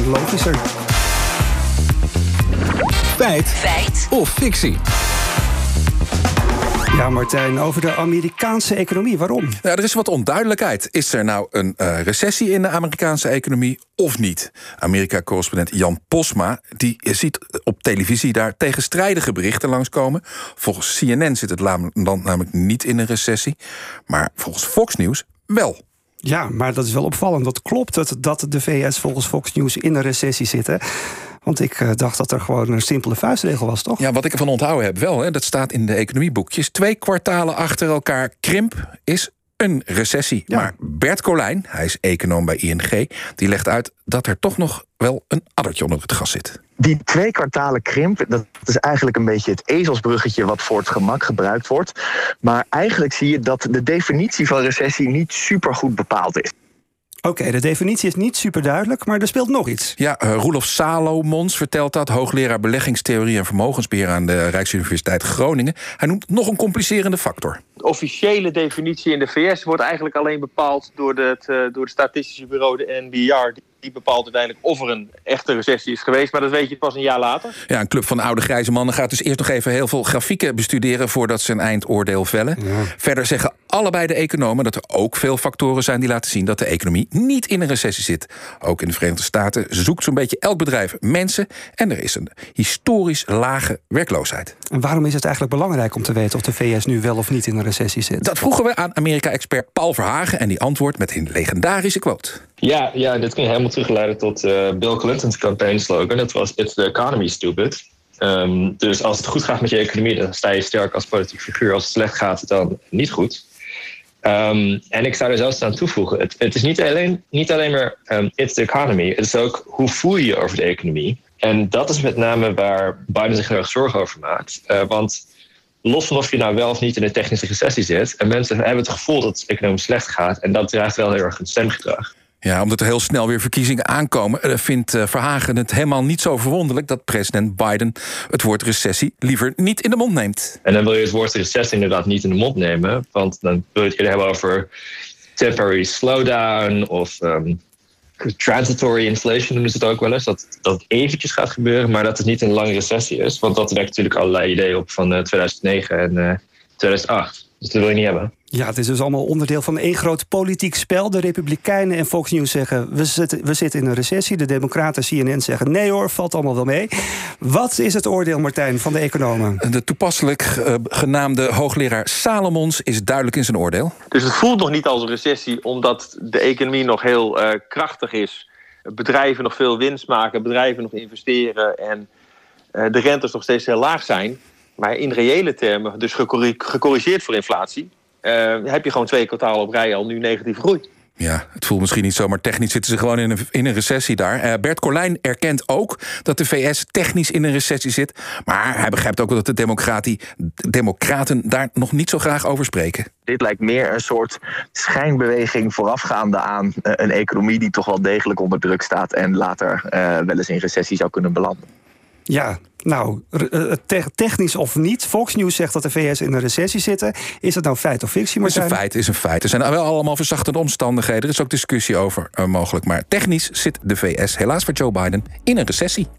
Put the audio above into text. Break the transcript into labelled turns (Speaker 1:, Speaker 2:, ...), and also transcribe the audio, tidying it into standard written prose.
Speaker 1: logischer.
Speaker 2: Feit of fictie?
Speaker 1: Ja, Martijn, over de Amerikaanse economie. Waarom?
Speaker 3: Ja, er is wat onduidelijkheid. Is er nou een recessie in de Amerikaanse economie of niet? Amerika-correspondent Jan Posma die ziet op televisie daar tegenstrijdige berichten langskomen. Volgens CNN zit het land namelijk niet in een recessie. Maar volgens Fox News wel.
Speaker 1: Ja, maar dat is wel opvallend. Dat klopt het dat de VS volgens Fox News in een recessie zitten? Want ik dacht dat er gewoon een simpele vuistregel was, toch?
Speaker 3: Ja, wat ik ervan onthouden heb wel, hè, dat staat in de economieboekjes. 2 kwartalen achter elkaar krimp is een recessie.
Speaker 1: Ja.
Speaker 3: Maar Bert Colijn, hij is econoom bij ING, die legt uit dat er toch nog wel een addertje onder het gas zit.
Speaker 4: Die 2 kwartalen krimp, dat is eigenlijk een beetje het ezelsbruggetje wat voor het gemak gebruikt wordt. Maar eigenlijk zie je dat de definitie van recessie niet super goed bepaald is.
Speaker 1: Oké, de definitie is niet super duidelijk, maar er speelt nog iets.
Speaker 3: Ja, Roelof Salomons vertelt dat, hoogleraar beleggingstheorie en vermogensbeheer aan de Rijksuniversiteit Groningen. Hij noemt nog een complicerende factor.
Speaker 5: De officiële definitie in de VS wordt eigenlijk alleen bepaald door het statistische bureau, de NBR. Die bepaalt uiteindelijk of er een echte recessie is geweest. Maar dat weet je pas een jaar later.
Speaker 3: Ja, een club van oude grijze mannen gaat dus eerst nog even heel veel grafieken bestuderen voordat ze een eindoordeel vellen. Ja. Verder zeggen allebei de economen dat er ook veel factoren zijn die laten zien dat de economie niet in een recessie zit. Ook in de Verenigde Staten zoekt zo'n beetje elk bedrijf mensen en er is een historisch lage werkloosheid.
Speaker 1: En waarom is het eigenlijk belangrijk om te weten of de VS nu wel of niet in een recessie zit?
Speaker 3: Dat vroegen we aan Amerika-expert Paul Verhagen en die antwoordt met een legendarische quote.
Speaker 6: Ja, dit kun je helemaal terugleiden tot Bill Clinton's campaign-slogan. Dat was "It's the economy, stupid". Dus als het goed gaat met je economie, dan sta je sterk als politiek figuur. Als het slecht gaat, dan niet goed. En ik zou er zelfs aan toevoegen. Het is niet alleen maar "it's the economy". Het is ook hoe voel je je over de economie. En dat is met name waar Biden zich heel erg zorgen over maakt. Want los van of je nou wel of niet in een technische recessie zit, en mensen hebben het gevoel dat het economisch slecht gaat, en dat draagt wel heel erg een stemgedrag.
Speaker 3: Ja, omdat er heel snel weer verkiezingen aankomen, vindt Verhagen het helemaal niet zo verwonderlijk dat president Biden het woord recessie liever niet in de mond neemt.
Speaker 6: En dan wil je het woord recessie inderdaad niet in de mond nemen, want dan wil je het eerder hebben over temporary slowdown of transitory inflation noemen ze het ook wel eens. Dat het eventjes gaat gebeuren, maar dat het niet een lange recessie is. Want dat wekt natuurlijk allerlei ideeën op van 2009 en 2008. Dus dat wil je niet hebben.
Speaker 1: Ja, het is dus allemaal onderdeel van één groot politiek spel. De Republikeinen en Fox News zeggen we zitten in een recessie. De Democraten, CNN, zeggen nee hoor, valt allemaal wel mee. Wat is het oordeel, Martijn, van de economen?
Speaker 3: De toepasselijk genaamde hoogleraar Salomons is duidelijk in zijn oordeel.
Speaker 5: Dus het voelt nog niet als een recessie, omdat de economie nog heel krachtig is. Bedrijven nog veel winst maken, bedrijven nog investeren en de rentes nog steeds heel laag zijn. Maar in reële termen, dus gecorrigeerd voor inflatie, heb je gewoon 2 kwartalen op rij al nu negatieve groei.
Speaker 3: Ja, het voelt misschien niet zo, maar technisch zitten ze gewoon in een recessie daar. Bert Colijn erkent ook dat de VS technisch in een recessie zit. Maar hij begrijpt ook dat de democraten daar nog niet zo graag over spreken.
Speaker 4: Dit lijkt meer een soort schijnbeweging voorafgaande aan een economie die toch wel degelijk onder druk staat en later wel eens in recessie zou kunnen belanden.
Speaker 1: Ja, nou, technisch of niet. Fox News zegt dat de VS in een recessie zitten. Is dat nou feit of fictie, Martijn?
Speaker 3: Het is een feit. Er zijn wel allemaal verzachtende omstandigheden. Er is ook discussie over mogelijk. Maar technisch zit de VS, helaas voor Joe Biden, in een recessie.